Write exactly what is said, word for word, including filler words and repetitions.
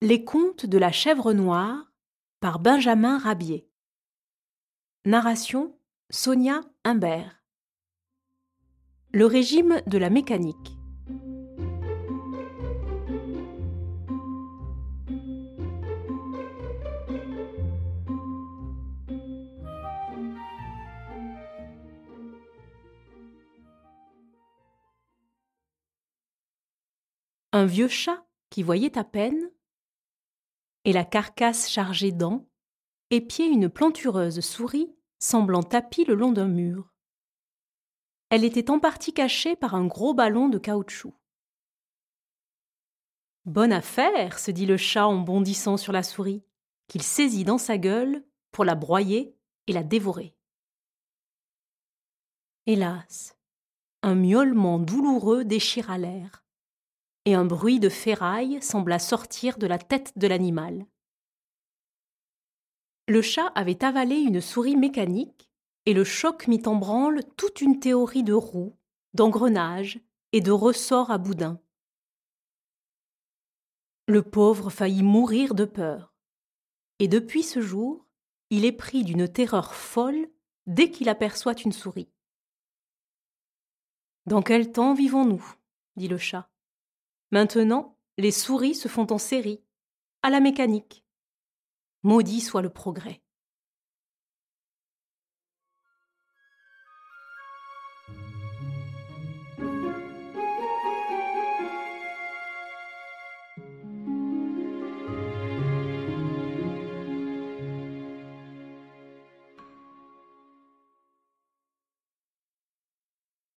Les contes de la chèvre noire par Benjamin Rabier. Narration Sonia Humbert. Le régime de la mécanique. Un vieux chat qui voyait à peine, et la carcasse chargée d'ans, épiait une plantureuse souris semblant tapie le long d'un mur. Elle était en partie cachée par un gros ballon de caoutchouc. « Bonne affaire !» se dit le chat en bondissant sur la souris, qu'il saisit dans sa gueule pour la broyer et la dévorer. Hélas, un miaulement douloureux déchira l'air, et un bruit de ferraille sembla sortir de la tête de l'animal. Le chat avait avalé une souris mécanique, et le choc mit en branle toute une théorie de roues, d'engrenages et de ressorts à boudin. Le pauvre faillit mourir de peur, et depuis ce jour, il est pris d'une terreur folle dès qu'il aperçoit une souris. « Dans quel temps vivons-nous » dit le chat. « Maintenant, les souris se font en série, à la mécanique. Maudit soit le progrès. »